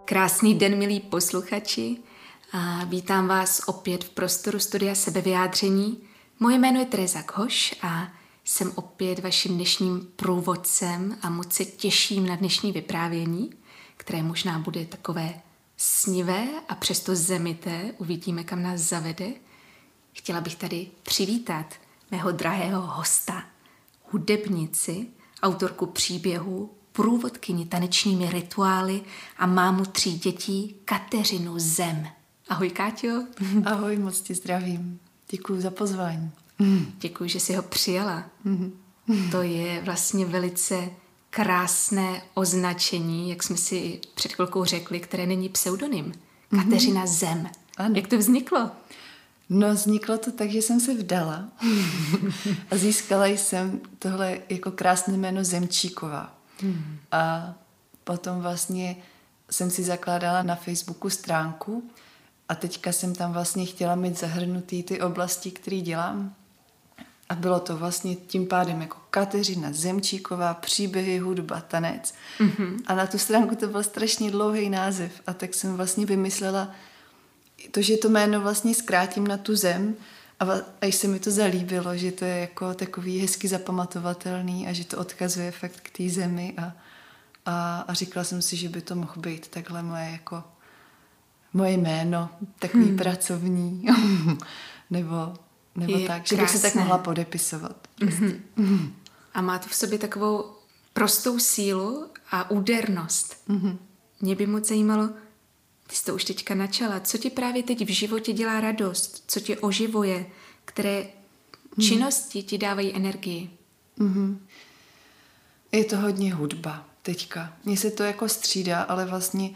Krásný den, milí posluchači, a vítám vás opět v prostoru Studia sebevyjádření. Moje jméno je Tereza Khoš a jsem opět vaším dnešním průvodcem a moc se těším na dnešní vyprávění, které možná bude takové snivé a přesto zemité. Uvidíme, kam nás zavede. Chtěla bych tady přivítat mého drahého hosta, hudebnici, autorku příběhu, průvodkyni tanečními rituály a mámu 3 dětí Kateřinu Zem. Ahoj, Káťo. Ahoj, moc tě zdravím. Děkuji za pozvání. Děkuji, že jsi ho přijala. To je vlastně velice krásné označení, jak jsme si před chvilkou řekli, které není pseudonym. Kateřina Zem. Ano. Jak to vzniklo? No, vzniklo to tak, že jsem se vdala a získala jsem tohle jako krásné jméno Zemčíková. A potom vlastně jsem si zakládala na Facebooku stránku a teďka jsem tam vlastně chtěla mít zahrnutý ty oblasti, které dělám. A bylo to vlastně tím pádem jako Kateřina Zemčíková, příběhy, hudba, tanec. A na tu stránku to byl strašně dlouhý název a tak jsem vlastně vymyslela to, že to jméno vlastně zkrátím na tu zem a se mi to zalíbilo, že to je jako takový hezky zapamatovatelný a že to odkazuje fakt k té zemi a říkala jsem si, že by to mohlo být takhle moje jméno, takový pracovní, nebo tak, že bych se tak mohla podepisovat. A má to v sobě takovou prostou sílu a údernost. Mě by moc zajímalo, ty jsi to už teďka načala, co ti právě teď v životě dělá radost, co tě oživuje, které činnosti ti dávají energii. Je to hodně hudba teďka. Mně se to jako střídá, ale vlastně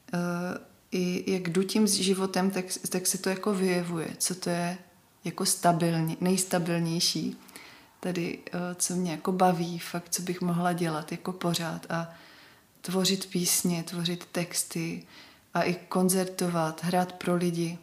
i jak jdu tím s životem, tak se to jako vyjevuje, co to je jako nejstabilnější. Tady, co mě jako baví, fakt, co bych mohla dělat jako pořád a tvořit písně, tvořit texty a i koncertovat, hrát pro lidi,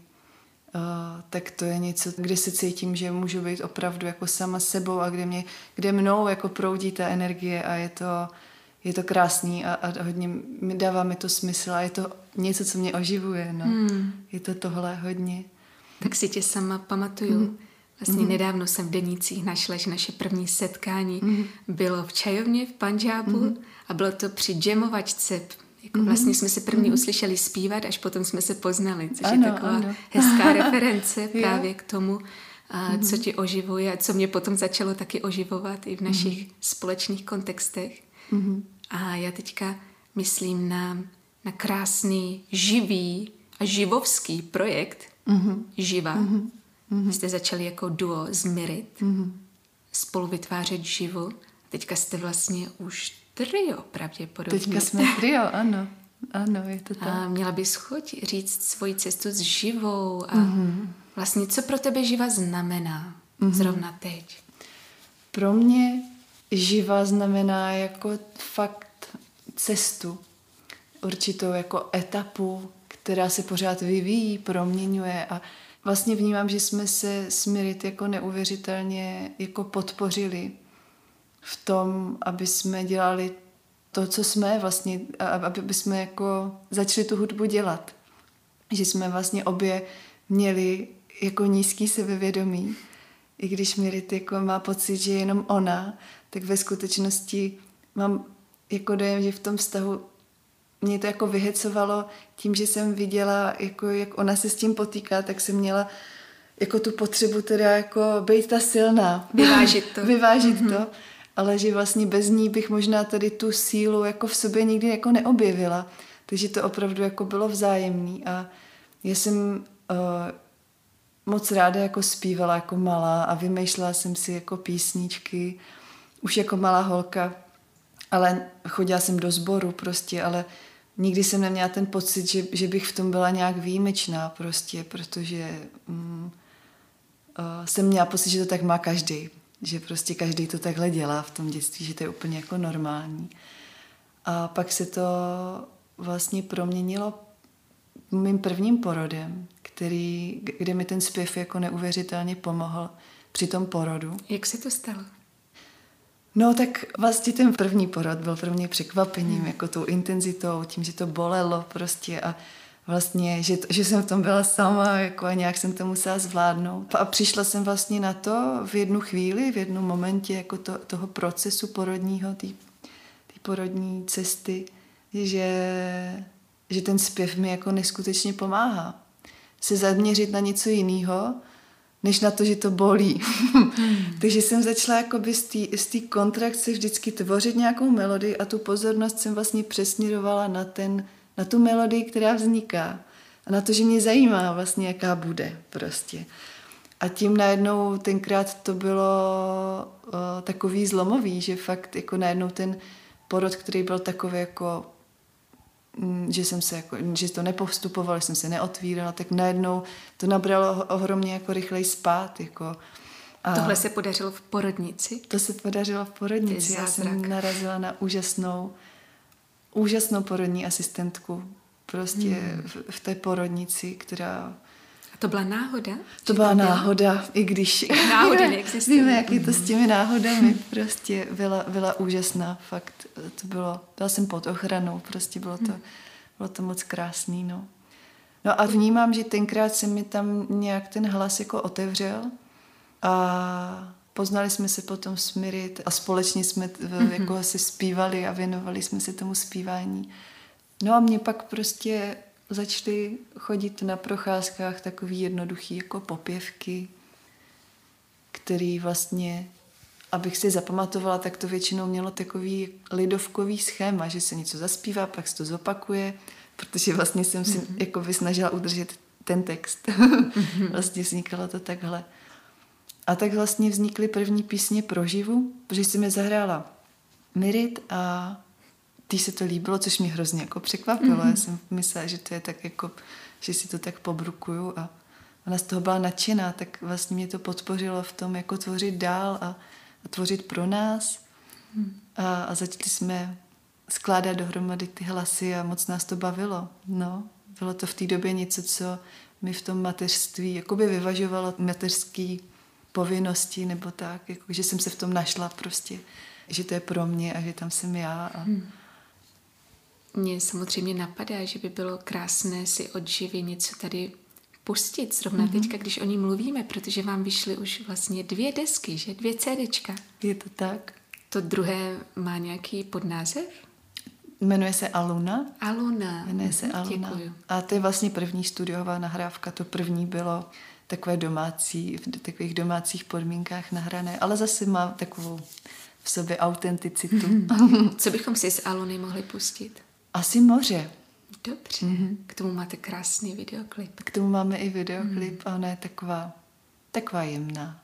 tak to je něco, kde se cítím, že můžu být opravdu jako sama sebou a kde mnou jako proudí ta energie a je to krásný a hodně dává mi to smysl a je to něco, co mě oživuje. No. Je to tohle hodně. Tak si tě sama pamatuju. Vlastně nedávno jsem v denících našla, že naše první setkání bylo v čajovně v Pandžábu a bylo to při jamovačce. Jako vlastně jsme se první uslyšeli zpívat, až potom jsme se poznali, což je taková hezká reference právě k tomu, co ti oživuje a co mě potom začalo taky oživovat i v našich společných kontextech. A já teďka myslím na krásný, živý a živovský projekt Živa. Jste začali jako duo z Mirit spolu vytvářet živu. Teďka jste vlastně už trio pravděpodobně. Teďka jsme trio, ano. Ano, je to tak. A měla bys chuť říct svoji cestu s živou a vlastně co pro tebe živa znamená zrovna teď? Pro mě živa znamená jako fakt cestu, určitou jako etapu, která se pořád vyvíjí, proměňuje a vlastně vnímám, že jsme se s Mirit jako neuvěřitelně jako podpořili v tom, aby jsme dělali to, co jsme vlastně, aby jsme jako začali tu hudbu dělat. Že jsme vlastně obě měli jako nízký sebevědomí. I když Mirit jako má pocit, že je jenom ona, tak ve skutečnosti mám jako dojem, že v tom vztahu mě to jako vyhecovalo tím, že jsem viděla, jako jak ona se s tím potýká, tak jsem měla jako tu potřebu teda jako být ta silná. Vyvážit to. Ale že vlastně bez ní bych možná tady tu sílu jako v sobě nikdy jako neobjevila. Takže to opravdu jako bylo vzájemný. A já jsem moc ráda jako zpívala jako malá a vymýšlela jsem si jako písničky už jako malá holka. Ale chodila jsem do sboru prostě, ale nikdy jsem neměla ten pocit, že bych v tom byla nějak výjimečná prostě, protože jsem měla pocit, že to tak má každý. Že prostě každý to takhle dělá v tom dětství, že to je úplně jako normální. A pak se to vlastně proměnilo mým prvním porodem, kde mi ten zpěv jako neuvěřitelně pomohl při tom porodu. Jak se to stalo? No tak vlastně ten první porod byl pro mě překvapením, jako tou intenzitou, tím, že to bolelo prostě a vlastně, že jsem v tom byla sama jako a nějak jsem to musela zvládnout. A přišla jsem vlastně na to v jednu chvíli, v jednom momentě jako toho procesu porodního, té porodní cesty, že ten zpěv mi jako neskutečně pomáhá. Se zaměřit na něco jiného, než na to, že to bolí. Takže jsem začala jakoby z té kontrakce vždycky tvořit nějakou melodii a tu pozornost jsem vlastně přesměrovala na tu melodii, která vzniká. A na to, že mě zajímá vlastně, jaká bude prostě. A tím najednou tenkrát to bylo takový zlomový, že fakt jako najednou ten porod, který byl takový jako že to nepostupovalo, že jsem se neotvírala, tak najednou to nabralo ohromně jako rychleji spát. Jako. A tohle se podařilo v porodnici? To se podařilo v porodnici. Já jsem narazila na úžasnou porodní asistentku. Prostě v té porodnici, která... A to byla náhoda? To byla náhoda, i když... Náhody neexistují. Víme, jak je to s těmi náhodami. Prostě byla úžasná, fakt. Byla jsem pod ochranou, prostě bylo to moc krásný, no. No a vnímám, že tenkrát se mi tam nějak ten hlas jako otevřel a poznali jsme se potom s Mirit a společně jsme jako se zpívali a věnovali jsme se tomu zpívání. No a mě pak prostě začaly chodit na procházkách takový jednoduchý jako popěvky, který vlastně, abych si zapamatovala, tak to většinou mělo takový lidovkový schéma, že se něco zaspívá, pak se to zopakuje, protože vlastně jsem si jako snažila udržet ten text. Vlastně vznikalo to takhle. A tak vlastně vznikly první písně pro živu, protože si mi zahrála Mirit a tý se to líbilo, což mě hrozně jako překvapilo. Já jsem myslela, že to je tak jako, že si to tak pobrukuju a ona z toho byla nadšená, tak vlastně mě to podpořilo v tom jako tvořit dál a tvořit pro nás. A začali jsme skládat dohromady ty hlasy a moc nás to bavilo. No, bylo to v té době něco, co mi v tom mateřství jakoby vyvažovalo mateřský povinnosti nebo tak, jako, že jsem se v tom našla prostě, že to je pro mě a že tam jsem já. Mně samozřejmě napadá, že by bylo krásné si od živy něco tady pustit, zrovna teďka, když o ní mluvíme, protože vám vyšly už vlastně 2 desky, že? 2 CDčka. Je to tak. To druhé má nějaký podnázev? Jmenuje se Aluna. Aluna. Jmenuje se Aluna. Děkuju. A to je vlastně první studiová nahrávka. To první bylo takové v takových domácích podmínkách nahrané, ale zase má takovou v sobě autenticitu. Co bychom si z Aluny mohli pustit? Asi Moře. Dobře. K tomu máte krásný videoklip. K tomu máme i videoklip a ona je taková jemná.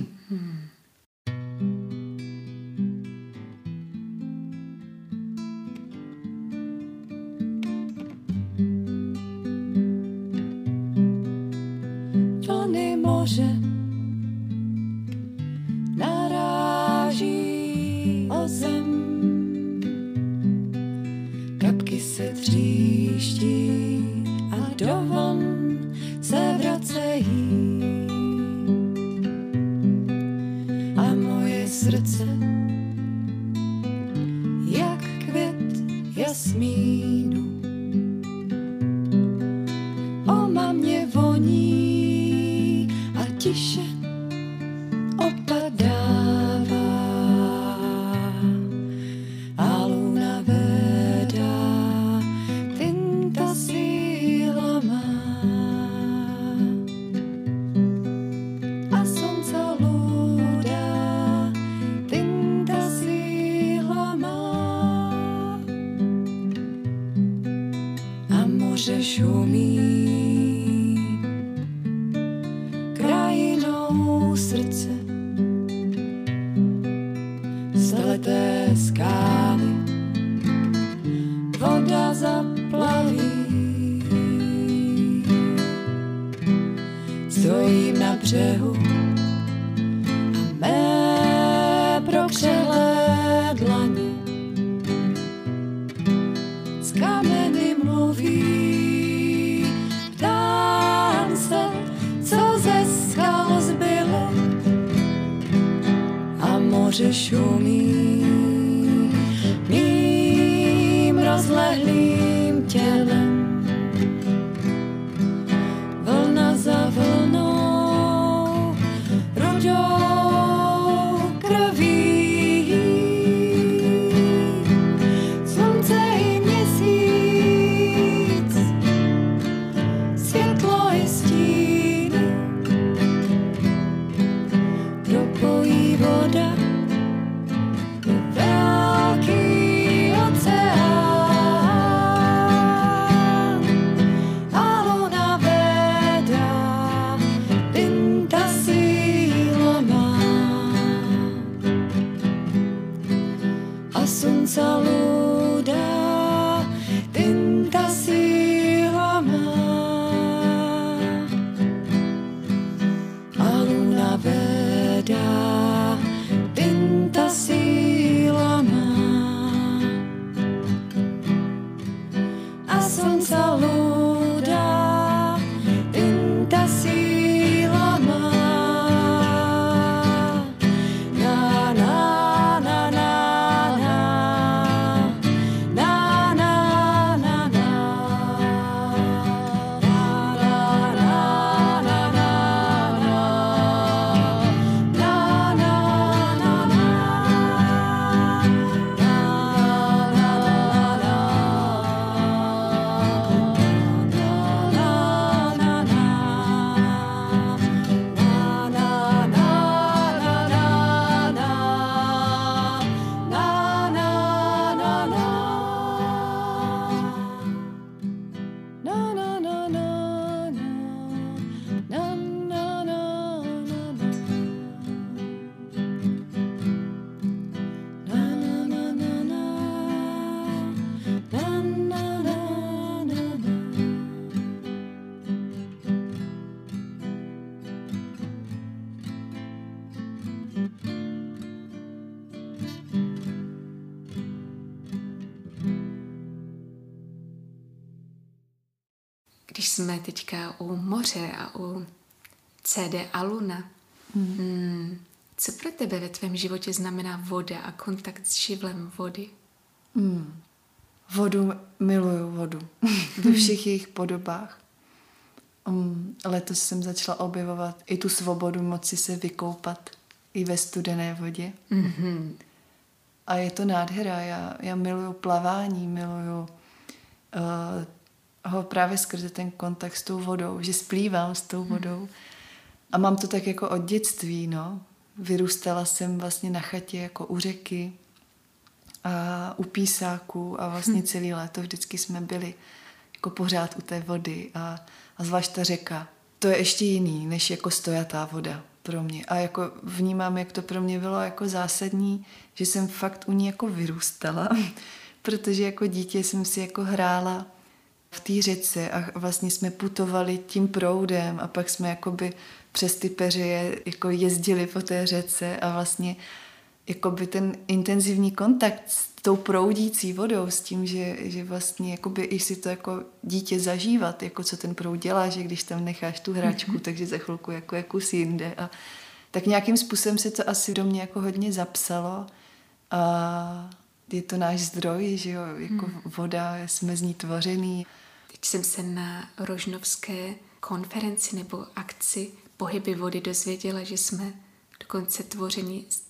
Vlny moře naráží o zem, kapky se tříští a do vln se vracejí. A moje srdce jak květ jasmínu o mamě voní a tiše opadává. A luna vedá, tinta síla má. A slunce ludá, tinta síla má. A moře šumí krajinou srdce, zleté skály voda zaplaví. Stojím na břehu a mé prokřelé dlaně s kameny mluví. Ptám se, co ze skal zbylo, a moře šumí. rozlehlým tělem. Vlna za vlnou, rudou krví. Slunce i měsíc, světlo i stíny, propojí voda, velký oceán. A luna vedá, tinta síla má. A slunce ludá, tinta síla má. A luna vedá, tinta síla má. A slunce ludá, tinta síla má. Na, na, na, na, na. Na, na, na, na. Na, na, na, na, na, na. Na, na, na, na. Když jsme teďka u moře a u CD Aluna, co pro tebe ve tvém životě znamená voda a kontakt s živlem vody? Vodu, miluju vodu. Ve všech jejich podobách. Letos jsem začala objevovat i tu svobodu moci se vykoupat i ve studené vodě. A je to nádhera. Já miluju plavání, miluju ho právě skrze ten kontakt s tou vodou, že splývám s tou vodou. A mám to tak jako od dětství, no. Vyrůstala jsem vlastně na chatě jako u řeky a u písáků a vlastně celý léto vždycky jsme byli jako pořád u té vody a zvlášť ta řeka. To je ještě jiný, než jako stojatá voda pro mě. A jako vnímám, jak to pro mě bylo jako zásadní, že jsem fakt u ní jako vyrůstala, protože jako dítě jsem si jako hrála v té řece a vlastně jsme putovali tím proudem a pak jsme jakoby přes ty peřeje jako jezdili po té řece a vlastně jakoby ten intenzivní kontakt s tou proudící vodou, s tím, že vlastně jakoby i si to jako dítě zažívat, jako co ten proud dělá, že když tam necháš tu hračku, takže za chvilku jako je kus jinde. A tak nějakým způsobem se to asi do mě jako hodně zapsalo a je to náš zdroj, že jo, jako voda, jsme z ní tvořený. Teď jsem se na rožnovské konferenci nebo akci Pohyby vody dozvěděla, že jsme dokonce tvoření z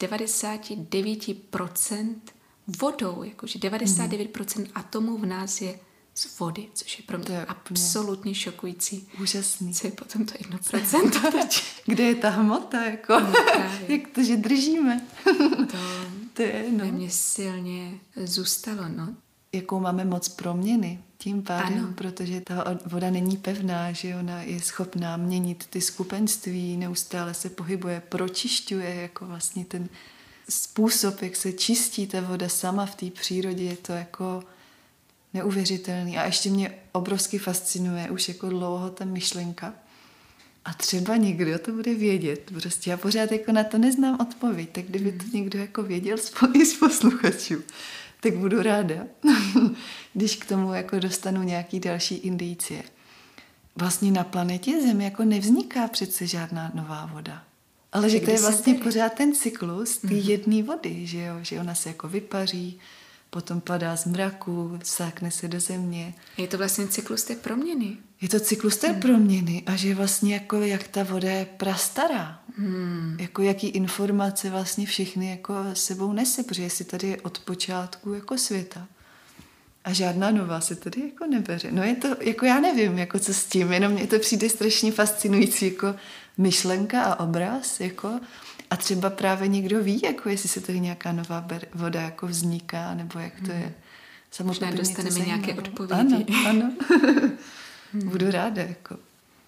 99% vodou, jakože 99% atomů v nás je z vody, což je pro mě absolutně šokující. Úžasný. Co je potom to 1%? Kde je ta hmota, jako? Jak to, že držíme? To je, no. Ve mně silně zůstalo, no. Jakou máme moc proměny tím pádem, ano. Protože ta voda není pevná, že ona je schopná měnit ty skupenství, neustále se pohybuje, pročišťuje jako vlastně ten způsob, jak se čistí ta voda sama v té přírodě, je to jako neuvěřitelný. A ještě mě obrovsky fascinuje už jako dlouho ta myšlenka. A třeba někdo to bude vědět. Prostě já pořád jako na to neznám odpověď, tak kdyby to někdo jako věděl i z posluchačů, tak budu ráda, když k tomu jako dostanu nějaký další indicie. Vlastně na planetě Zem jako nevzniká přece žádná nová voda. Ale že to je vlastně pořád ten cyklus té jedné vody, že jo? Že ona se jako vypaří, potom padá z mraku, vsákne se do země. Je to vlastně cyklus té proměny. Je to cyklus té proměny a že vlastně jako jak ta voda je prastará. Jako jaký informace vlastně všechny jako sebou nese, protože si tady je od počátku jako světa. A žádná nová se tady jako nebeře. No je to, jako já nevím, jako co s tím, jenom mně to přijde strašně fascinující jako myšlenka a obraz, jako a třeba právě někdo ví, jako jestli se tady nějaká nová voda jako vzniká, nebo jak to je. Možná dostaneme nějaké odpovědi. Ano. Budu ráda, jako.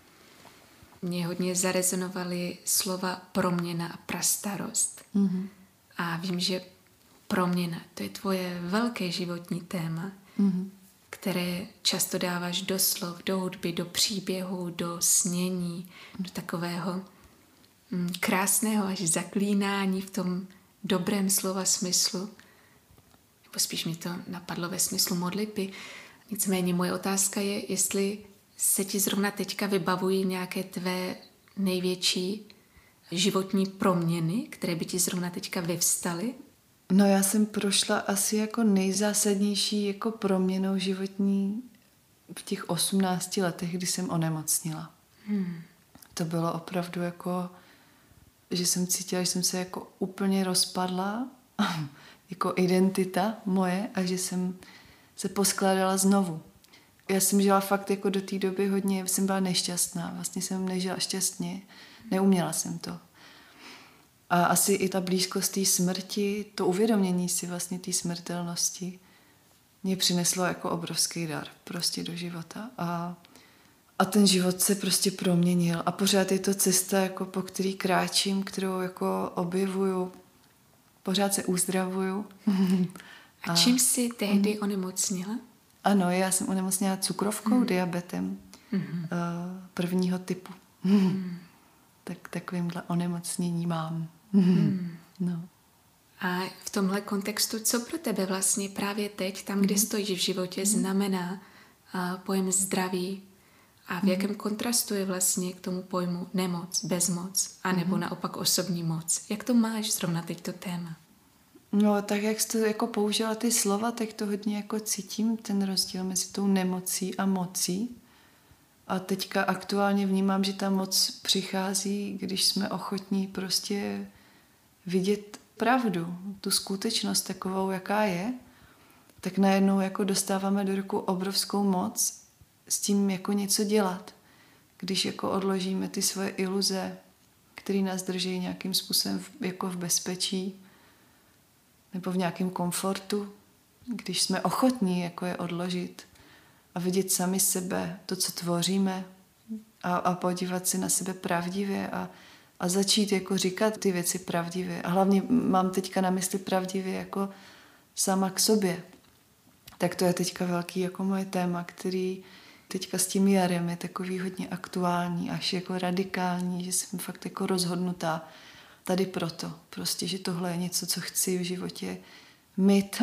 Mně hodně zarezonovaly slova proměna a prastarost. A vím, že proměna, to je tvoje velké životní téma, které často dáváš do slov, do hudby, do příběhu, do snění, do takového krásného až zaklínání v tom dobrém slova smyslu. Nebo spíš mi to napadlo ve smyslu modlitby. Nicméně moje otázka je, jestli se ti zrovna teďka vybavují nějaké tvé největší životní proměny, které by ti zrovna teďka vyvstaly? No já jsem prošla asi jako nejzásadnější jako proměnou životní v těch 18 letech, kdy jsem onemocnila. To bylo opravdu jako, že jsem cítila, že jsem se jako úplně rozpadla, jako identita moje a že jsem se poskládala znovu. Já jsem žila fakt jako do té doby hodně, jsem byla nešťastná, vlastně jsem nežila šťastně, neuměla jsem to. A asi i ta blízkost té smrti, to uvědomění si vlastně té smrtelnosti mě přineslo jako obrovský dar prostě do života. A ten život se prostě proměnil. A pořád je to cesta, jako po který kráčím, kterou jako objevuju. Pořád se uzdravuju. A čím jsi tehdy onemocnila? Ano, já jsem onemocněla cukrovkou, diabetem prvního typu. Tak takovýmhle onemocnění mám. No. A v tomhle kontextu, co pro tebe vlastně právě teď, tam, kde stojíš v životě, znamená pojem zdraví a v jakém kontrastu je vlastně k tomu pojmu nemoc, bezmoc, anebo naopak osobní moc? Jak to máš zrovna teď to téma? No, tak jak jsi to jako použila ty slova, tak to hodně jako cítím, ten rozdíl mezi tou nemocí a mocí. A teďka aktuálně vnímám, že ta moc přichází, když jsme ochotní prostě vidět pravdu, tu skutečnost takovou, jaká je, tak najednou jako dostáváme do ruku obrovskou moc s tím jako něco dělat. Když jako odložíme ty svoje iluze, které nás drží nějakým způsobem jako v bezpečí nebo v nějakém komfortu, když jsme ochotní jako je odložit a vidět sami sebe, to, co tvoříme a podívat se na sebe pravdivě a začít jako říkat ty věci pravdivě. A hlavně mám teďka na mysli pravdivě jako sama k sobě. Tak to je teďka velký jako moje téma, který teďka s tím jarem je takový hodně aktuální, až jako radikální, že jsem fakt jako rozhodnutá tady proto. Prostě, že tohle je něco, co chci v životě mít.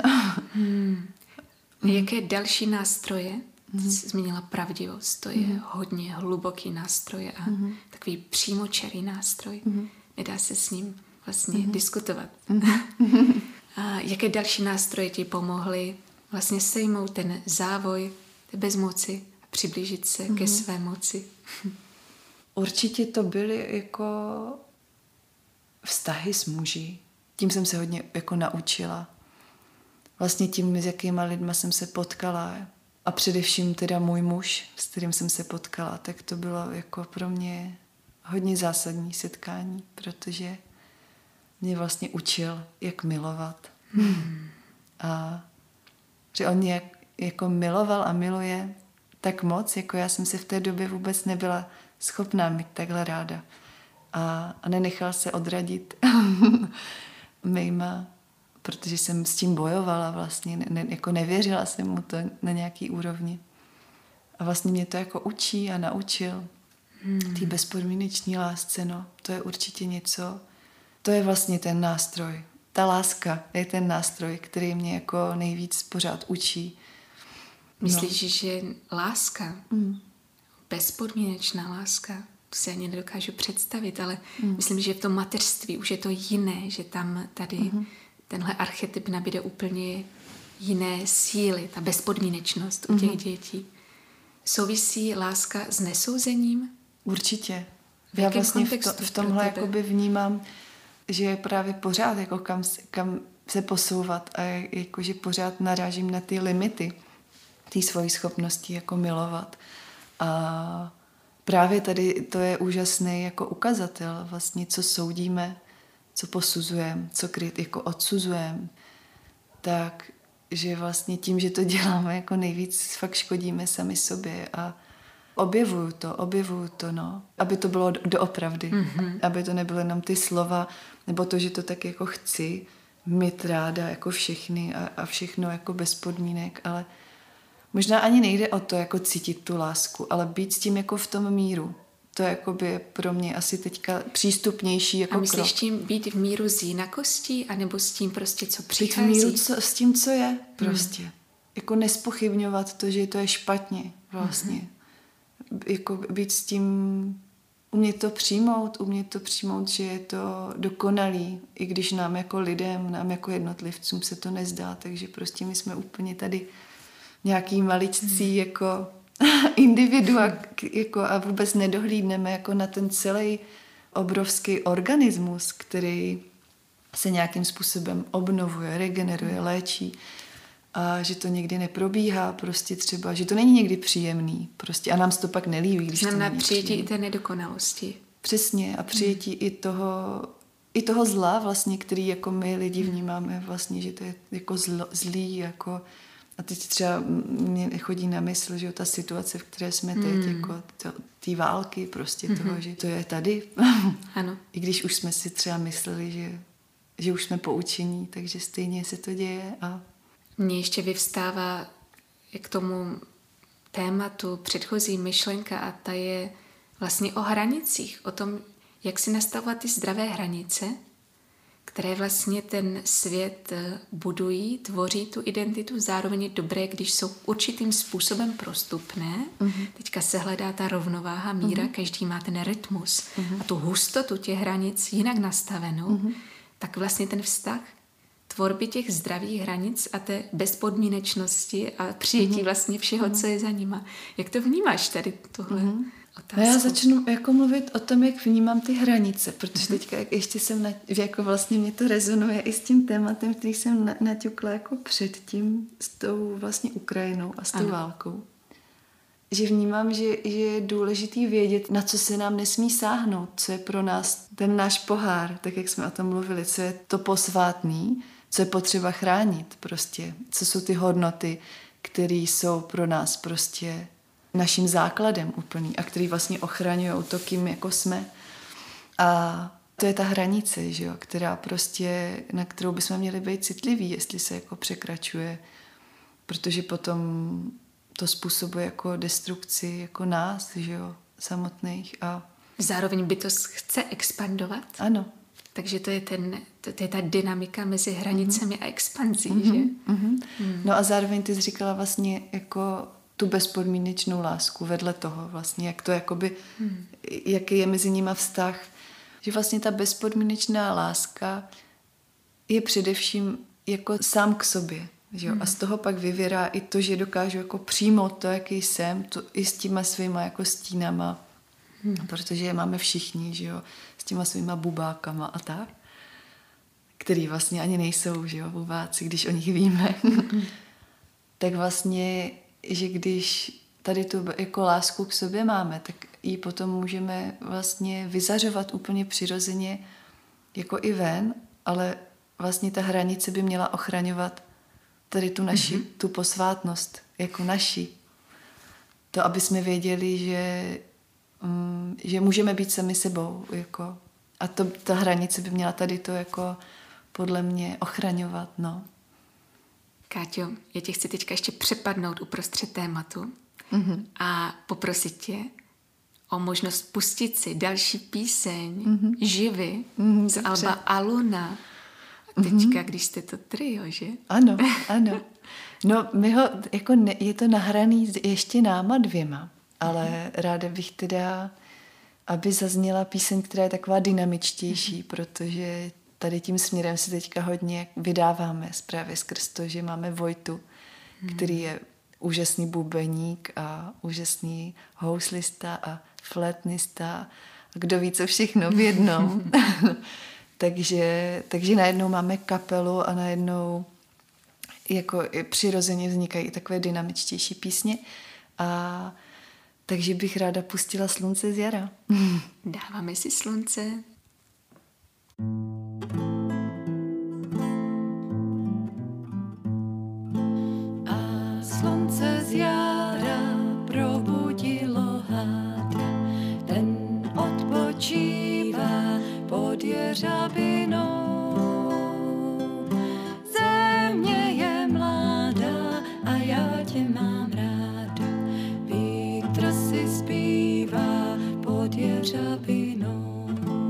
Jaké další nástroje? Ty jsi zmínila pravdivost, to je hodně hluboký nástroj a takový přímočarý nástroj. Nedá se s ním vlastně diskutovat. A jaké další nástroje ti pomohly vlastně sejmout ten závoj té bezmoci a přiblížit se ke své moci? Určitě to byly jako vztahy s muži. Tím jsem se hodně jako naučila. Vlastně tím, s jakýma lidma jsem se potkala. A především teda můj muž, s kterým jsem se potkala, tak to bylo jako pro mě hodně zásadní setkání, protože mě vlastně učil, jak milovat. A že on mě jako miloval a miluje tak moc, jako já jsem se v té době vůbec nebyla schopná mít takhle ráda. A nenechal se odradit mýma, protože jsem s tím bojovala vlastně, jako nevěřila jsem mu to na nějaký úrovni. A vlastně mě to jako učí a naučil té bezpodmínečné lásce, no. To je určitě něco, to je vlastně ten nástroj. Ta láska je ten nástroj, který mě jako nejvíc pořád učí. Myslíš, že láska, bezpodmínečná láska, to si ani nedokážu představit, ale myslím, že v tom mateřství už je to jiné, že tam tady tenhle archetyp nabíde úplně jiné síly, ta bezpodmínečnost u těch dětí. Souvisí láska s nesouzením? Určitě. V Já jakém vlastně kontextu v pro tomhle tebe? jakoby vnímám, že je právě pořád jako kam se posouvat a jakože pořád narážím na ty limity té svojí schopnosti jako milovat. A právě tady to je úžasný jako ukazatel vlastně, co soudíme, co posuzujeme, co jako odsuzujeme. Tak, že vlastně tím, že to děláme, jako nejvíc fakt škodíme sami sobě a objevuju to, no. Aby to bylo doopravdy. Aby to nebylo jenom ty slova, nebo to, že to tak jako chci mít ráda jako všechny a všechno jako bez podmínek, ale možná ani nejde o to jako cítit tu lásku, ale být s tím jako v tom míru. To je jakoby pro mě asi teďka přístupnější jako A myslíš krok. tím být v míru s jinakostí, anebo s tím prostě, co Být v přichází? míru s tím, co je prostě. Jako nespochybňovat to, že to je špatně vlastně. Jako být s tím, umět to přijmout, že je to dokonalý, i když nám jako lidem, nám jako jednotlivcům se to nezdá, takže prostě my jsme úplně tady nějaký maličcí jako individua jako a vůbec nedohlídneme jako na ten celý obrovský organismus, který se nějakým způsobem obnovuje, regeneruje, léčí a že to někdy neprobíhá prostě třeba, že to není někdy příjemný prostě a nám se to pak nelíbí, když to Znamená není přijetí příjemný. i té nedokonalosti. Přesně a přijetí i toho zla vlastně, který jako my lidi vnímáme vlastně, že to je jako zlý, jako a teď třeba mě chodí na mysl, že ta situace, v které jsme teď, jako ty války prostě toho, že to je tady. Ano. I když už jsme si třeba mysleli, že už jsme poučení, takže stejně se to děje a Mně ještě vyvstává k tomu tématu předchozí myšlenka a ta je vlastně o hranicích, o tom, jak si nastavovat ty zdravé hranice, které vlastně ten svět budují, tvoří tu identitu, zároveň je dobré, když jsou určitým způsobem prostupné. Teďka se hledá ta rovnováha, míra, každý má ten rytmus a tu hustotu těch hranic jinak nastavenou, tak vlastně ten vztah tvorby těch zdravých hranic a té bezpodmínečnosti a přijetí vlastně všeho, co je za nima. Jak to vnímáš tady tohle otázku? No já začnu jako mluvit o tom, jak vnímám ty hranice, protože teďka ještě jsem, jako vlastně mě to rezonuje i s tím tématem, který jsem naťukla jako předtím s tou vlastně Ukrajinou a s tou válkou. Že vnímám, že je důležitý vědět, na co se nám nesmí sáhnout, co je pro nás ten náš pohár, tak jak jsme o tom mluvili, co je to posvátný, co je potřeba chránit prostě, co jsou ty hodnoty, které jsou pro nás prostě naším základem úplný a který vlastně ochraňují to, kým jako jsme. A to je ta hranice, že jo, která prostě, na kterou bychom měli být citliví, jestli se jako překračuje, protože potom to způsobuje jako destrukci jako nás, že jo, samotných a Zároveň bytost chce expandovat. ano. Takže to je ta dynamika mezi hranicemi a expanzí, že? No a zároveň ty jsi říkala vlastně jako tu bezpodmínečnou lásku vedle toho vlastně, jak to jakoby, jaký je mezi nima vztah, že vlastně ta bezpodmínečná láska je především jako sám k sobě, že jo? A z toho pak vyvěrá i to, že dokážu jako přijmout to, jaký jsem, to i s těma svýma jako stínama, protože je máme všichni, že jo, s těma svýma bubákama a tak, který vlastně ani nejsou, že jo, bubáci, když o nich víme. Tak vlastně, že když tady tu jako lásku k sobě máme, tak ji potom můžeme vlastně vyzařovat úplně přirozeně jako i ven, ale vlastně ta hranice by měla ochraňovat tady tu naši, tu posvátnost, jako naši. To, aby jsme věděli, že můžeme být sami sebou, jako. A ta hranice by měla tady to jako podle mě ochraňovat, no. Káťo, já tě chci teďka ještě přepadnout uprostřed tématu a poprosit tě o možnost pustit si další píseň Živy z alba Aluna. A teďka, když jste to trio, že? Ano, ano. No, je to nahraný ještě náma dvěma, ale ráda bych teda, aby zazněla píseň, která je taková dynamičtější, protože tady tím směrem se teďka hodně vydáváme právě skrz to, že máme Vojtu, který je úžasný bubeník a úžasný houslista a flétnista a kdo ví, co všechno v jednom. takže najednou máme kapelu a najednou jako přirozeně vznikají i takové dynamičtější písně. A takže bych ráda pustila Slunce z jara. Dáváme si slunce. A slunce z jara probudilo háda, ten odpočívá pod jeřabinou. Země je mladá a já tě mám ráda, vítr si zpívá pod jeřabinou.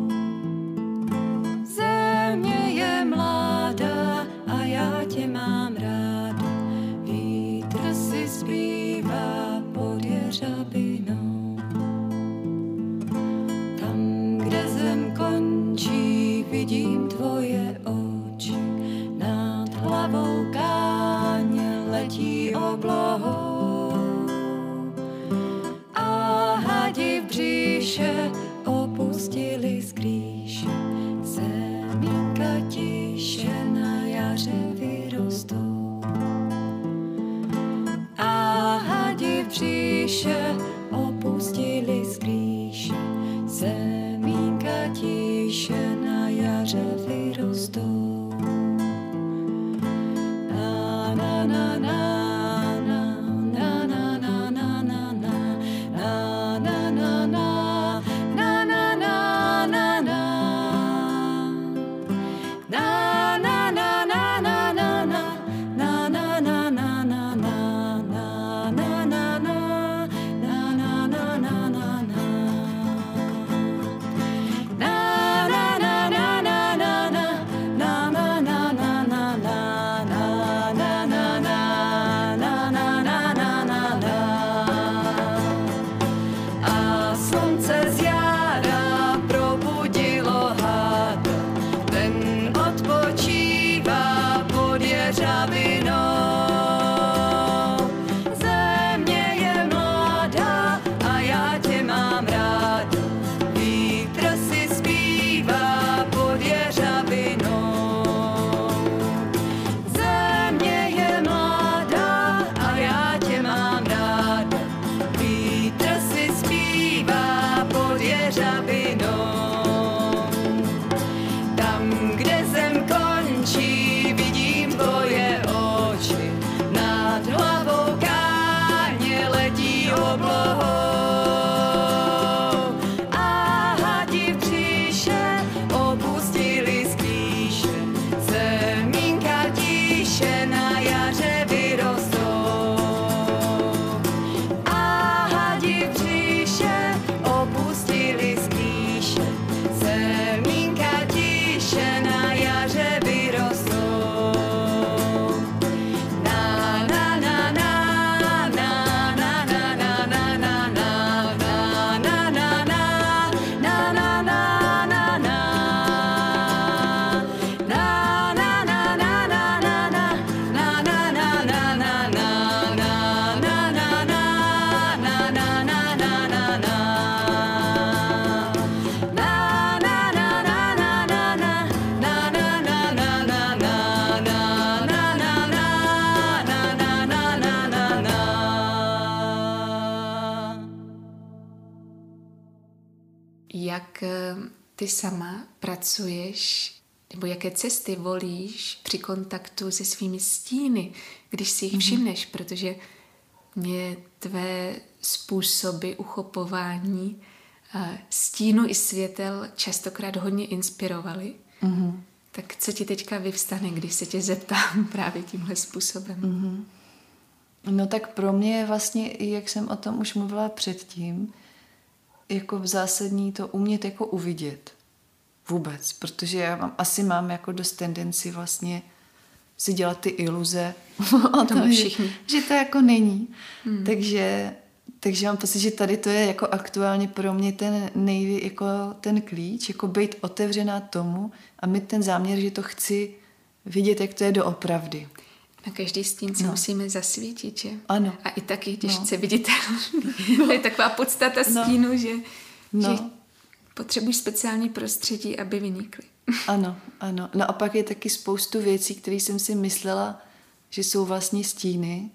Země je mladá a já tě mám ráda, vítr si zpívá pod jeřabinou. Tam, kde zem končí, vidím tvoje oči, nad hlavou káně letí oblohou. A hadi v bříše opustili skrýše, semínka tiše na jaře vyrostou. A hadi v bříše opustili skrýše, semínka tiše na jaře vyrostou. Na na na na na na na na na na na na na na. Jak ty sama pracuješ, nebo jaké cesty volíš při kontaktu se svými stíny, když si jich všimneš, protože mě tvé způsoby uchopování stínu i světel častokrát hodně inspirovaly. Tak co ti teďka vyvstane, když se tě zeptám právě tímhle způsobem? No tak pro mě je vlastně, jak jsem o tom už mluvila předtím, jako v zásadní to umět jako uvidět vůbec, protože já asi mám jako dost tendenci vlastně si dělat ty iluze o tom, že to jako není. Takže Takže mám pocit, že tady to je jako aktuálně pro mě ten klíč, jako být otevřená tomu a mít ten záměr, že to chci vidět, jak to je doopravdy. Na každý stín si musíme zasvítit, že? Ano. A i tak je těžce viditelný. To je taková podstata stínu, že potřebují speciální prostředí, aby vynikly. Ano. No a pak je taky spoustu věcí, které jsem si myslela, že jsou vlastně stíny.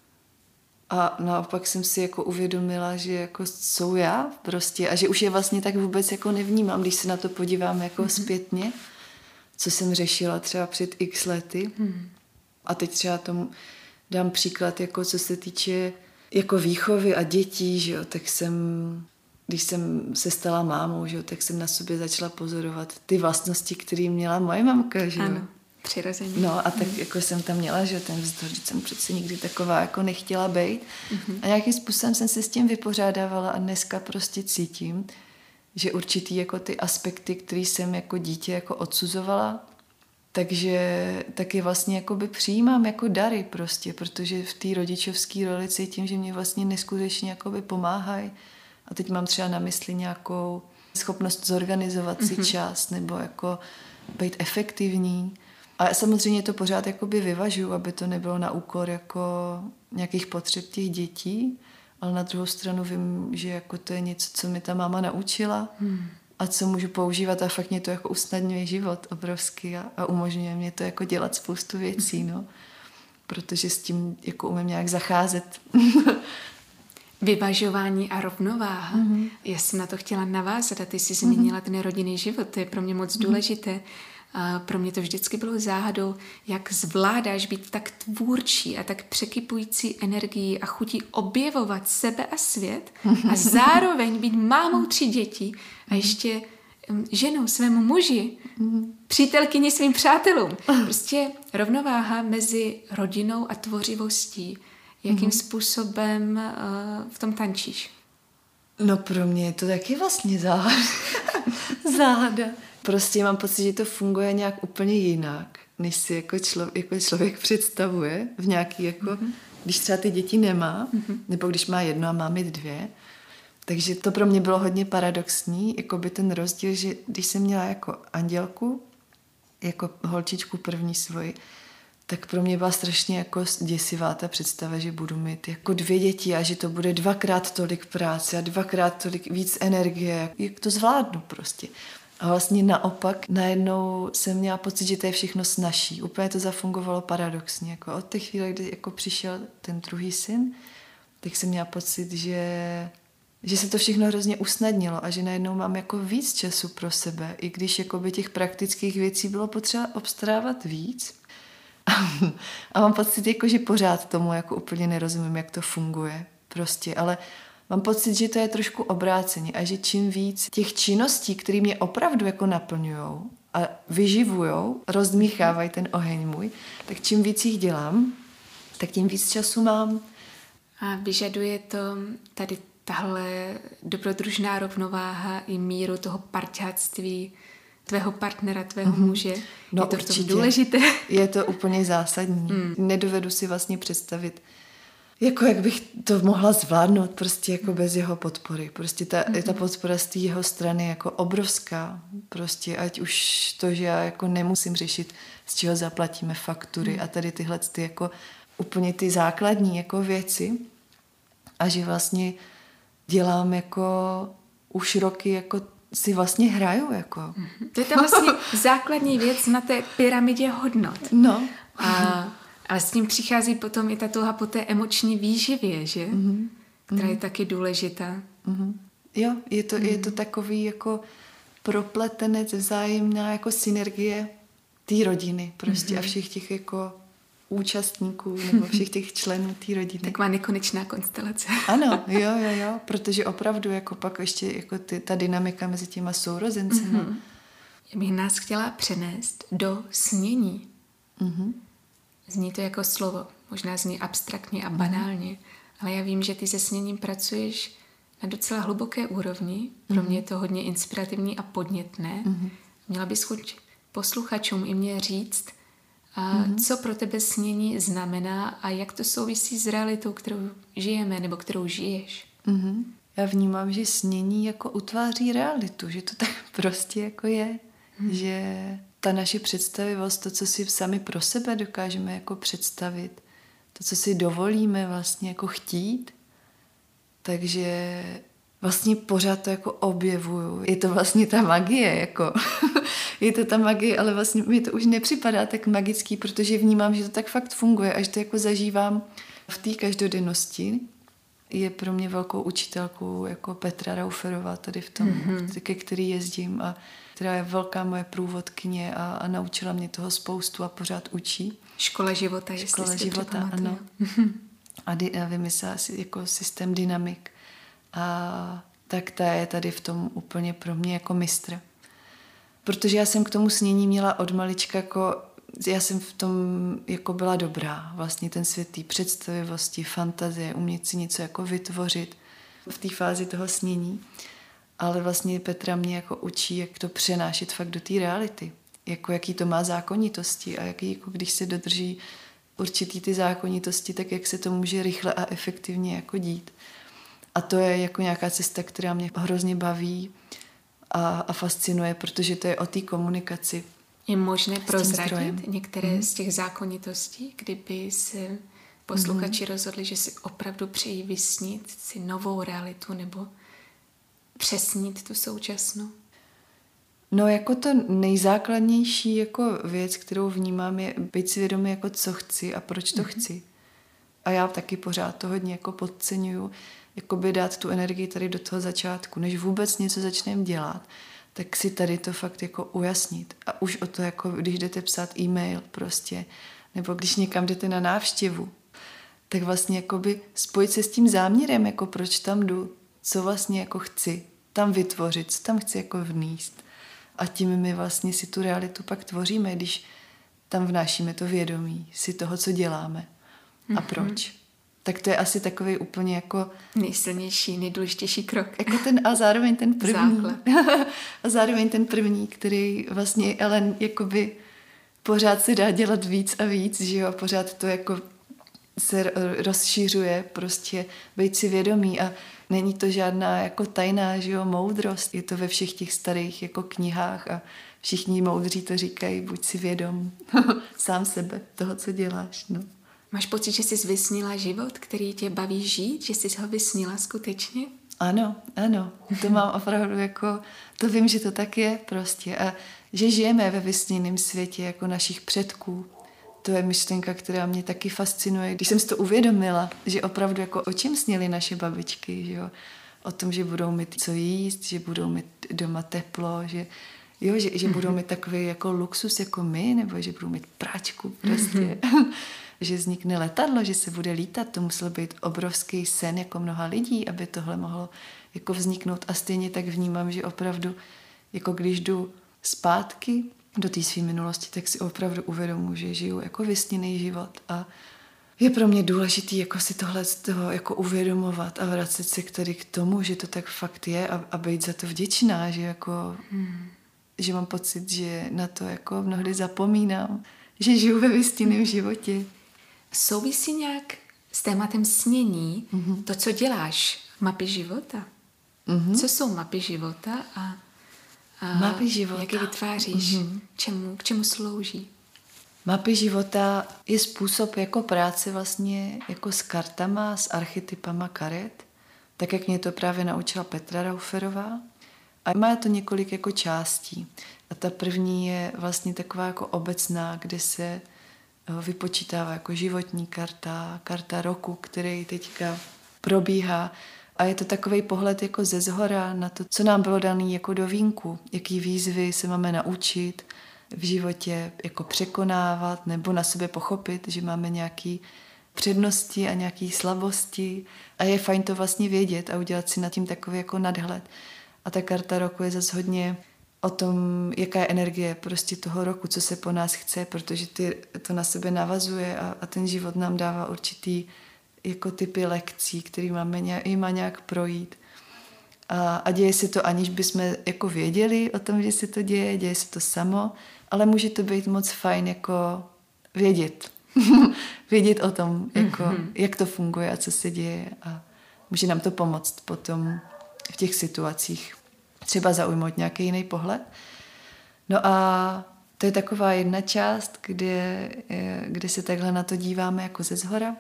A naopak jsem si jako uvědomila, že jako jsou já prostě a že už je vlastně tak vůbec jako nevnímám, když se na to podívám jako zpětně, co jsem řešila třeba před x lety. A teď třeba tomu dám příklad, jako co se týče jako výchovy a dětí, že jo, tak když jsem se stala mámou, že jo, tak jsem na sobě začala pozorovat ty vlastnosti, které měla moje mamka, že jo. Ano, přirozeně. No a tak jako jsem tam měla, že ten vzdor, že jsem přece nikdy taková jako nechtěla být. A nějakým způsobem jsem se s tím vypořádávala a dneska prostě cítím, že určitý jako ty aspekty, které jsem jako dítě jako odsuzovala, takže taky vlastně jakoby přijímám jako dary prostě, protože v té rodičovské roli cítím, že mě vlastně neskutečně jakoby pomáhají. A teď mám třeba na mysli nějakou schopnost zorganizovat si čas nebo jako být efektivní. A samozřejmě to pořád jakoby vyvažuji, aby to nebylo na úkor jako nějakých potřeb těch dětí, ale na druhou stranu vím, že jako to je něco, co mi ta máma naučila a co můžu používat a fakt mě to jako usnadňuje život obrovský a umožňuje mě to jako dělat spoustu věcí, no. Protože s tím jako umím nějak zacházet. Vyvažování a rovnováha. Já jsem na to chtěla navázat a ty jsi zmínila ten rodinný život, to je pro mě moc důležité. A pro mě to vždycky bylo záhadou, jak zvládáš být tak tvůrčí a tak překypující energií a chutí objevovat sebe a svět a zároveň být mámou 3 dětí a ještě ženou svému muži, přítelkyni svým přátelům. Prostě rovnováha mezi rodinou a tvořivostí. Jakým způsobem v tom tančíš? No pro mě je to taky vlastně záhada. Prostě mám pocit, že to funguje nějak úplně jinak, než si jako člověk představuje v nějaký jako, když třeba ty děti nemá, nebo když má 1 a má mít 2. Takže to pro mě bylo hodně paradoxní, jako by ten rozdíl, že když jsem měla jako andělku, jako holčičku první svoji, tak pro mě byla strašně jako děsivá ta představa, že budu mít jako 2 děti a že to bude 2x tolik práce a 2x tolik víc energie, jak to zvládnu prostě. A vlastně naopak najednou jsem měla pocit, že to je všechno snazší. Úplně to zafungovalo paradoxně. Jako od té chvíle, kdy jako přišel ten druhý syn, tak jsem měla pocit, že se to všechno hrozně usnadnilo a že najednou mám jako víc času pro sebe, i když jako by těch praktických věcí bylo potřeba obstarávat víc. A mám pocit, jako, že pořád tomu jako úplně nerozumím, jak to funguje. Prostě, ale mám pocit, že to je trošku obráceně a že čím víc těch činností, které mě opravdu jako naplňujou a vyživujou, rozdmíchávají ten oheň můj, tak čím víc jich dělám, tak tím víc času mám. A vyžaduje to tady tahle dobrodružná rovnováha i míru toho parťáctví tvého partnera, tvého muže. No, je to určitě důležité? Je to úplně zásadní. Nedovedu si vlastně představit, jako jak bych to mohla zvládnout prostě jako bez jeho podpory. Prostě ta podpora z té jeho strany jako obrovská. Prostě ať už to, že já jako nemusím řešit, z čeho zaplatíme faktury a tady tyhle ty jako úplně ty základní jako věci a že vlastně dělám jako už roky jako si vlastně hraju jako. To je ta vlastně základní věc na té pyramidě hodnot. No. Ale s tím přichází potom i ta touha po té emoční výživě, že? Která je taky důležitá. Jo, je to takový jako propletenec, vzájemná jako synergie té rodiny prostě a všech těch jako účastníků nebo všech těch členů té rodiny. Taková nekonečná konstelace. Ano, jo, protože opravdu jako pak ještě jako ta dynamika mezi těma sourozencemi. Já bych nás chtěla přenést do snění. Zní to jako slovo, možná zní abstraktně a banálně, ale já vím, že ty se sněním pracuješ na docela hluboké úrovni. Pro mě je to hodně inspirativní a podnětné. Měla bys chuť posluchačům i mě říct, A co pro tebe snění znamená a jak to souvisí s realitou, kterou žijeme nebo kterou žiješ? Já vnímám, že snění jako utváří realitu, že to tak prostě jako je. Že ta naše představivost, to, co si sami pro sebe dokážeme jako představit, to, co si dovolíme vlastně jako chtít, takže vlastně pořád to jako objevuju. Je to vlastně ta magie, jako je to ta magie, ale vlastně mi to už nepřipadá tak magický, protože vnímám, že to tak fakt funguje a že to jako zažívám v té každodennosti. Je pro mě velkou učitelkou jako Petra Rauferová tady v tom, ke který jezdím a která je velká moje průvodkyně a naučila mě toho spoustu a pořád učí. Škola života, Škola života, ano. A vymyslela si jako systém dynamik. A tak ta je tady v tom úplně pro mě jako mistr. Protože já jsem k tomu snění měla od malička jako já jsem v tom jako byla dobrá. Vlastně ten svět té představivosti, fantazie, umět si něco jako vytvořit v té fázi toho snění. Ale vlastně Petra mě jako učí, jak to přenášet fakt do té reality. Jako jaký to má zákonitosti a jaký, jako když se dodrží určitý ty zákonitosti, tak jak se to může rychle a efektivně jako dít. A to je jako nějaká cesta, která mě hrozně baví a fascinuje, protože to je o té komunikaci. Je možné prozradit některé z těch zákonitostí, kdyby se posluchači rozhodli, že si opravdu přejí vysnít si novou realitu nebo přesnít tu současnou? No jako to nejzákladnější jako věc, kterou vnímám, je být si vědomý, jako co chci a proč to chci. A já taky pořád to hodně jako podceňuju, jakoby dát tu energii tady do toho začátku, než vůbec něco začneme dělat, tak si tady to fakt jako ujasnit. A už o to, jako když jdete psát e-mail prostě, nebo když někam jdete na návštěvu, tak vlastně jakoby spojit se s tím záměrem, jako proč tam jdu, co vlastně jako chci tam vytvořit, co tam chci jako vníst. A tím my vlastně si tu realitu pak tvoříme, když tam vnášíme to vědomí si toho, co děláme a proč. Tak to je asi takový úplně jako nejsilnější, nejdůležitější krok. Jako a zároveň ten první. A zároveň ten první, který vlastně ale jakoby pořád se dá dělat víc a víc, že jo, pořád to jako se rozšiřuje, prostě být si vědomý a není to žádná jako tajná, že jo, moudrost. Je to ve všech těch starých jako knihách a všichni moudří to říkají, buď si vědom sám sebe, toho, co děláš, no. Máš pocit, že jsi vysnila život, který tě baví žít? Že jsi ho vysnila skutečně? Ano, to mám opravdu jako, to vím, že to tak je prostě a že žijeme ve vysněném světě jako našich předků. To je myšlenka, která mě taky fascinuje. Když jsem si to uvědomila, že opravdu jako o čem sněly naše babičky, že jo? O tom, že budou mít co jíst, že budou mít doma teplo, že budou mít takový jako luxus jako my, nebo že budou mít práčku prostě. Že vznikne letadlo, že se bude lítat, to musel být obrovský sen jako mnoha lidí, aby tohle mohlo jako vzniknout. A stejně tak vnímám, že opravdu, jako když jdu zpátky do té své minulosti, tak si opravdu uvědomuji, že žiju jako vysněný život. A je pro mě důležitý jako si tohle z toho jako uvědomovat a vracet se tady k tomu, že to tak fakt je a být za to vděčná, že jako že mám pocit, že na to jako mnohdy zapomínám, že žiju ve vysněném životě. Souvisí nějak s tématem snění to, co děláš, mapy života? Co jsou mapy života a mapy života. Jak je vytváříš? K čemu slouží? Mapy života je způsob jako práce vlastně jako s kartama, s archetypama karet, tak jak mě to právě naučila Petra Rauferová. A má to několik jako částí. A ta první je vlastně taková jako obecná, kde se vypočítává jako životní karta roku, který teďka probíhá. A je to takovej pohled jako ze zhora na to, co nám bylo daný jako do vínku, jaký výzvy se máme naučit v životě jako překonávat nebo na sebe pochopit, že máme nějaké přednosti a nějaké slabosti. A je fajn to vlastně vědět a udělat si nad tím takový jako nadhled. A ta karta roku je zase hodně o tom, jaká je energie prostě toho roku, co se po nás chce, protože to na sebe navazuje a ten život nám dává určitý jako typy lekcí, který máme nějak projít. A děje se to, aniž bychom jako věděli o tom, že se to děje se to samo, ale může to být moc fajn jako vědět. Vědět o tom, jako, jak to funguje a co se děje a může nám to pomoct potom v těch situacích třeba zaujmout nějaký jiný pohled. No a to je taková jedna část, kde se takhle na to díváme jako ze zhora.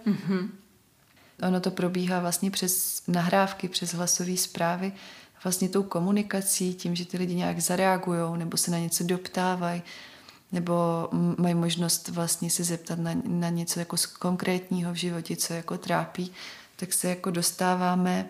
Ono to probíhá vlastně přes nahrávky, přes hlasové zprávy, vlastně tou komunikací, tím, že ty lidi nějak zareagujou nebo se na něco doptávají, nebo mají možnost vlastně se zeptat na něco jako konkrétního v životě, co jako trápí, tak se jako dostáváme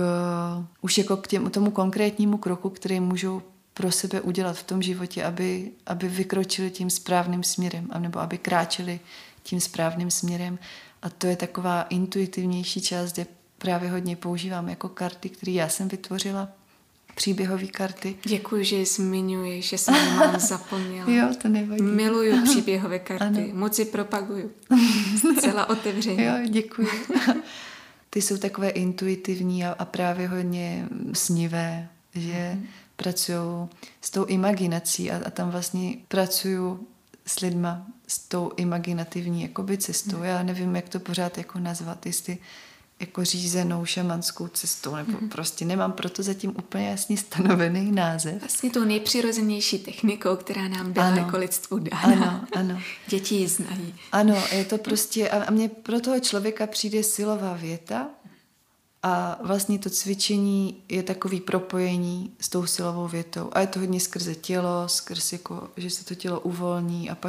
už jako k tomu konkrétnímu kroku, který můžou pro sebe udělat v tom životě, aby vykročili tím správným směrem, nebo aby kráčeli tím správným směrem. A to je taková intuitivnější část, kde právě hodně používám jako karty, které já jsem vytvořila, příběhové karty. Děkuji, že ji zmiňuješ, že jsem je mám zapomněla. Jo, to nevadí. Miluju příběhové karty, ano. moc je propaguju. Zcela otevřeně. Jo, děkuji. Ty jsou takové intuitivní a právě hodně snivé, že pracují s tou imaginací a tam vlastně pracuju s lidma s tou imaginativní jakoby cestou. Já nevím, jak to pořád jako nazvat, jestli jako řízenou šamanskou cestou, nebo prostě nemám proto zatím úplně jasně stanovený název. Vlastně tou nejpřirozenější technikou, která nám byla jako lidstvu dána. Ano. Děti ji znají. Ano, je to prostě, a mně pro toho člověka přijde silová věta a vlastně to cvičení je takový propojení s tou silovou větou. A je to hodně skrze tělo, skrz jako, že se to tělo uvolní a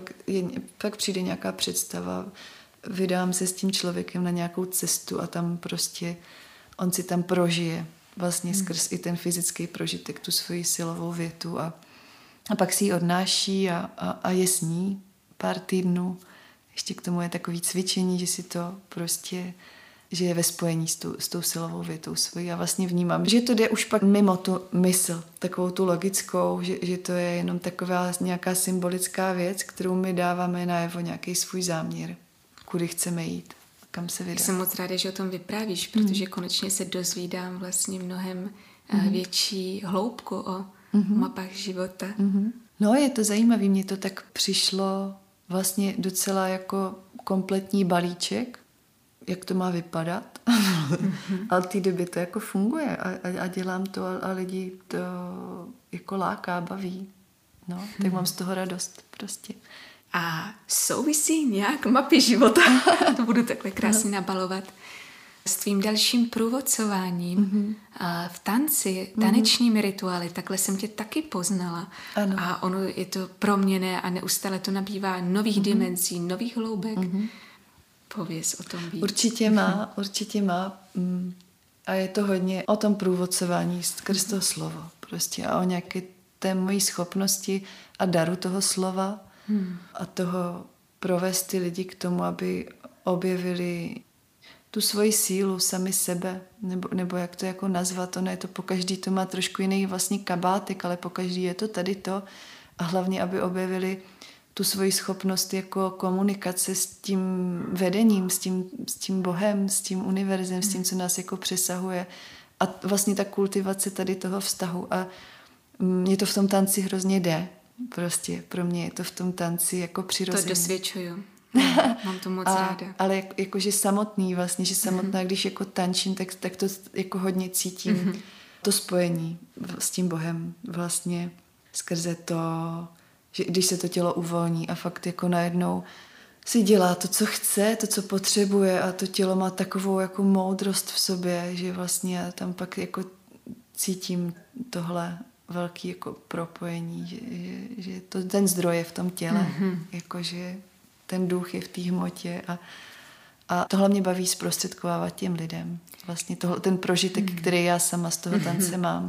pak přijde nějaká představa, vydám se s tím člověkem na nějakou cestu a tam prostě on si tam prožije vlastně skrz i ten fyzický prožitek, tu svoji silovou větu a pak si ji odnáší a je s ní pár týdnů. Ještě k tomu je takový cvičení, že si to prostě, že je ve spojení s tou silovou větou svojí a vlastně vnímám, že to jde už pak mimo tu mysl, takovou tu logickou, že to je jenom taková nějaká symbolická věc, kterou my dáváme najevo nějaký svůj záměr, kudy chceme jít, kam se vydat. Jsem moc ráda, že o tom vyprávíš, protože konečně se dozvídám vlastně mnohem větší hloubku o mapách života. No, je to zajímavé, mně to tak přišlo vlastně docela jako kompletní balíček, jak to má vypadat. A od té doby to jako funguje a dělám to a lidi to jako láká, baví. No, tak mám z toho radost prostě. A souvisí nějak mapy života, to budu takhle krásně nabalovat, s tvým dalším průvodcováním v tanci, tanečními rituály, takhle jsem tě taky poznala. Ano. A ono je to proměnné a neustále to nabývá nových dimenzí, nových hloubek. Pověz o tom víc. Určitě má. A je to hodně o tom průvodcování skrz toho slovo. Prostě a o nějaké té mojí schopnosti a daru toho slova a toho provést ty lidi k tomu, aby objevili tu svoji sílu, sami sebe, nebo jak to jako nazvat, ono je to pokaždý, to má trošku jiný vlastně kabátek, ale pokaždý je to tady to a hlavně, aby objevili tu svoji schopnost jako komunikace s tím vedením, s tím Bohem, s tím univerzem, s tím, co nás jako přesahuje a vlastně ta kultivace tady toho vztahu a mě to v tom tanci hrozně jde, prostě pro mě je to v tom tanci jako přirozené. To dosvědčuju. Mám to moc ráda. Ale jakože samotný vlastně, že samotná, když jako tančím, tak to jako hodně cítím. To spojení s tím Bohem vlastně skrze to, že když se to tělo uvolní a fakt jako najednou si dělá to, co chce, to, co potřebuje a to tělo má takovou jako moudrost v sobě, že vlastně já tam pak jako cítím tohle velký jako propojení, že to, ten zdroj je v tom těle, jakože ten duch je v té hmotě a tohle mě baví zprostředkovávat těm lidem. Vlastně ten prožitek, který já sama z toho tance mám,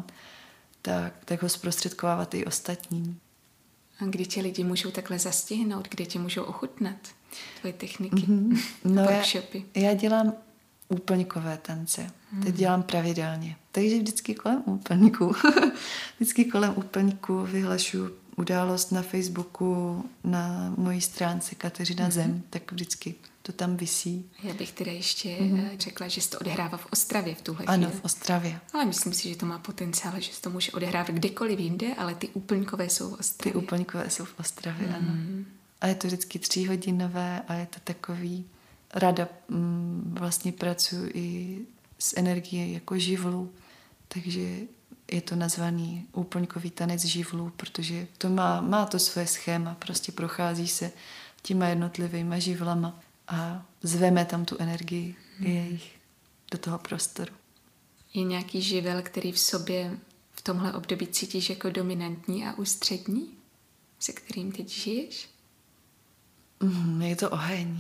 tak ho zprostředkovávat i ostatním. A kdy tě lidi můžou takhle zastihnout, kde tě můžou ochutnat tvoje techniky, workshopy? Já dělám úplňkové tance. Teď dělám pravidelně. Takže vždycky kolem úplňků. Vždycky kolem úplňků vyhlašuju událost na Facebooku, na mojí stránce Kateřina Zem, tak vždycky to tam visí. Já bych teda ještě řekla, že se to odehrává v Ostravě v tuhle Ano, chvíli. v Ostravě. Ale myslím si, že to má potenciál, že se to může odehrávat kdekoliv jinde, ale ty úplňkové jsou v Ostravě. Ty úplňkové jsou v Ostravě, ano. A je to vždycky 3hodinové a je to takový... Ráda vlastně pracuji i s energií jako živlů, takže je to nazvaný úplňkový tanec živlů, protože to má to svoje schéma, prostě prochází se těma jednotlivýma živlama a zveme tam tu energii jejich do toho prostoru. Je nějaký živel, který v sobě v tomhle období cítíš jako dominantní a ústřední, se kterým teď žiješ? Je to oheň.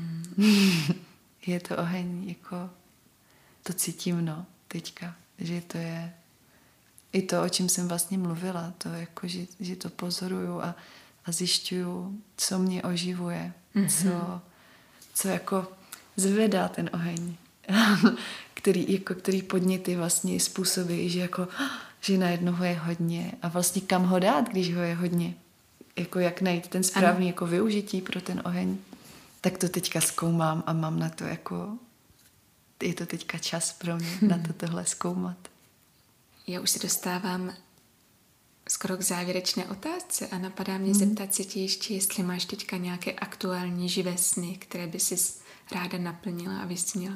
Je to oheň, jako to cítím, teďka, že to je i to, o čem jsem vlastně mluvila, to jako, že to pozoruju a zjišťuju, co mě oživuje, co jako zvedá ten oheň, který podněty vlastně způsobí, že najednou ho je hodně a vlastně kam ho dát, když ho je hodně. Jako jak najít ten správný jako využití pro ten oheň, tak to teďka zkoumám a mám na to jako, je to teďka čas pro mě na tohle zkoumat. Já už se dostávám skoro k závěrečné otázce a napadá mě zeptat se tě ještě, jestli máš teďka nějaké aktuální živé sny, které by si ráda naplnila a vysnila.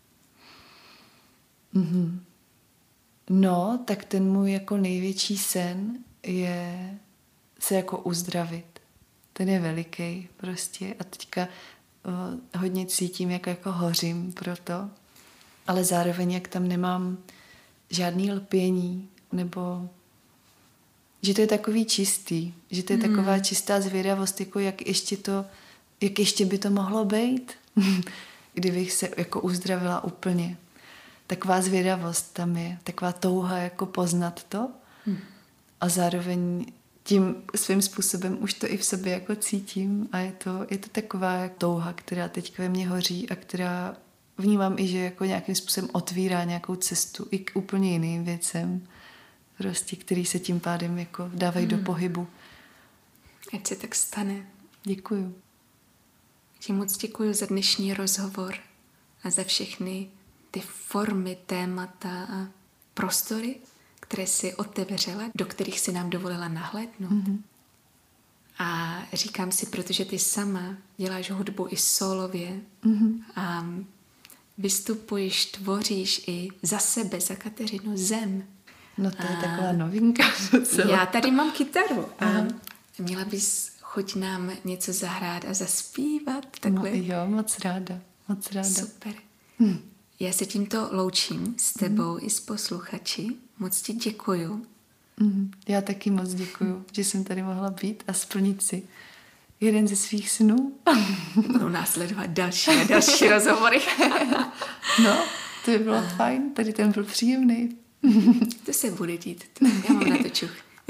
No, tak ten můj jako největší sen je se jako uzdravit. Ten je veliký prostě a teďka hodně cítím, jako hořím pro to, ale zároveň jak tam nemám žádný lpění, nebo že to je takový čistý, že to je taková čistá zvědavost, jako jak ještě by to mohlo být, kdybych se jako uzdravila úplně. Taková zvědavost tam je, taková touha jako poznat to a zároveň tím svým způsobem už to i v sobě jako cítím a je to taková touha, která teďka ve mně hoří a která vnímám i, že jako nějakým způsobem otvírá nějakou cestu i k úplně jiným věcem, prostě, který se tím pádem jako dávají do pohybu. Ať se tak stane. Děkuju. Ti moc děkuju za dnešní rozhovor a za všechny ty formy, témata a prostory, které si otevřela, do kterých si nám dovolila nahlédnout. A říkám si, protože ty sama děláš hudbu i solově a vystupuješ, tvoříš i za sebe, za Kateřinu Zem. No to je taková novinka. Já tady mám kytaru a měla bys chuť nám něco zahrát a zaspívat takhle? No, jo, moc ráda. Super. Já se tímto loučím s tebou i s posluchači. Moc ti děkuju. Já taky moc děkuju, že jsem tady mohla být a splnit si jeden ze svých snů. Budou následovat další a další rozhovory. No, to by bylo fajn. Tady ten byl příjemný. To se bude dít. Já mám na to čuch.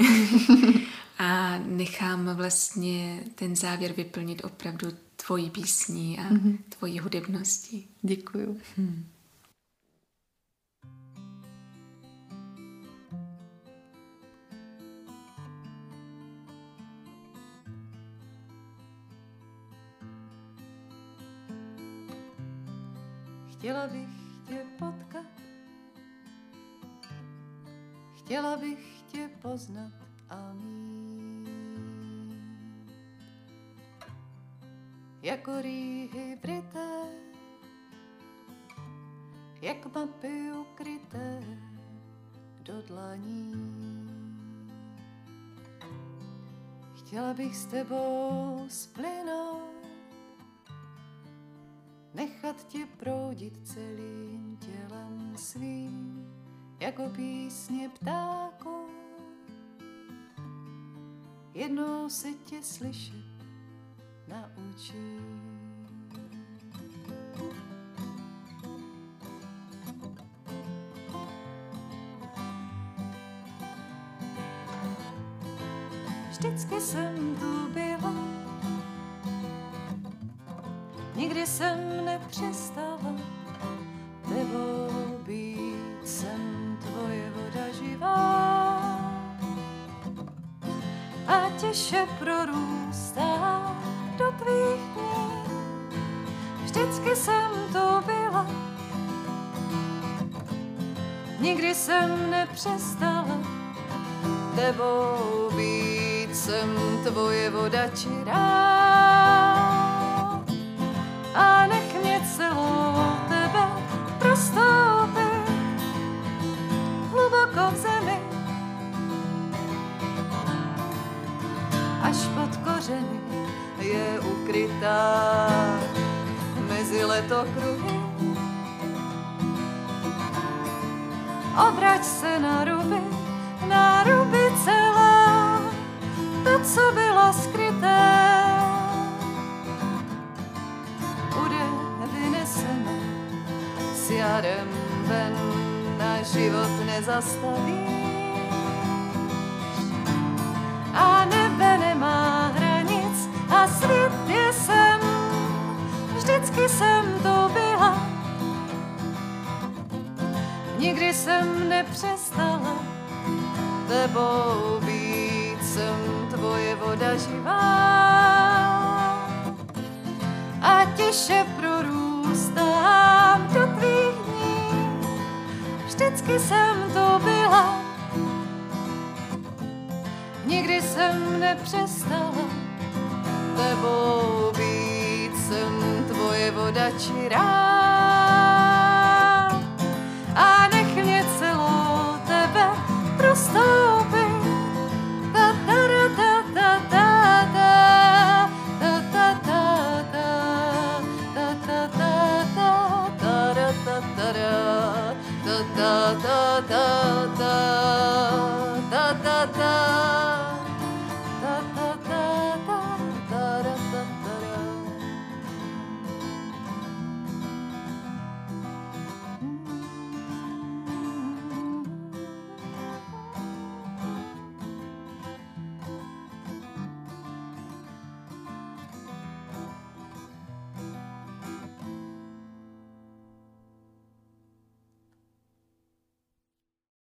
A nechám vlastně ten závěr vyplnit opravdu tvojí písní a tvojí hudebností. Děkuju. Chtěla bych tě potkat, chtěla bych tě poznat a mít. Jako rýhy vryté, jak mapy ukryté do dlaní. Chtěla bych s tebou splynout, nechat tě proudit celým tělem svým, jako písně ptáků. Jednou se tě slyšet naučím. Vždycky jsem tu byla, nikdy jsem nepřestala tebou být, jsem tvoje voda živá a tiše prorůstá do tvých dní. Vždycky jsem tu byla, nikdy jsem nepřestala tebou být, jsem tvoje voda čirá a nech mě celou tebe prostoupit hluboko v zemi, až pod kořeny je ukrytá mezi letokruhy. Obrať se na ruby celá, to, co bylo skryté, bude vyneseno s jadem ven, na život nezastavíš. A nebe nemá hranic a svět je sen, vždycky jsem to byla. Nikdy jsem nepřestala tebou být, jsem tvoje voda živá. A tiše prorůstám do tvých dní, vždycky jsem to byla. Nikdy jsem nepřestala tebou být, jsem tvoje voda čirá.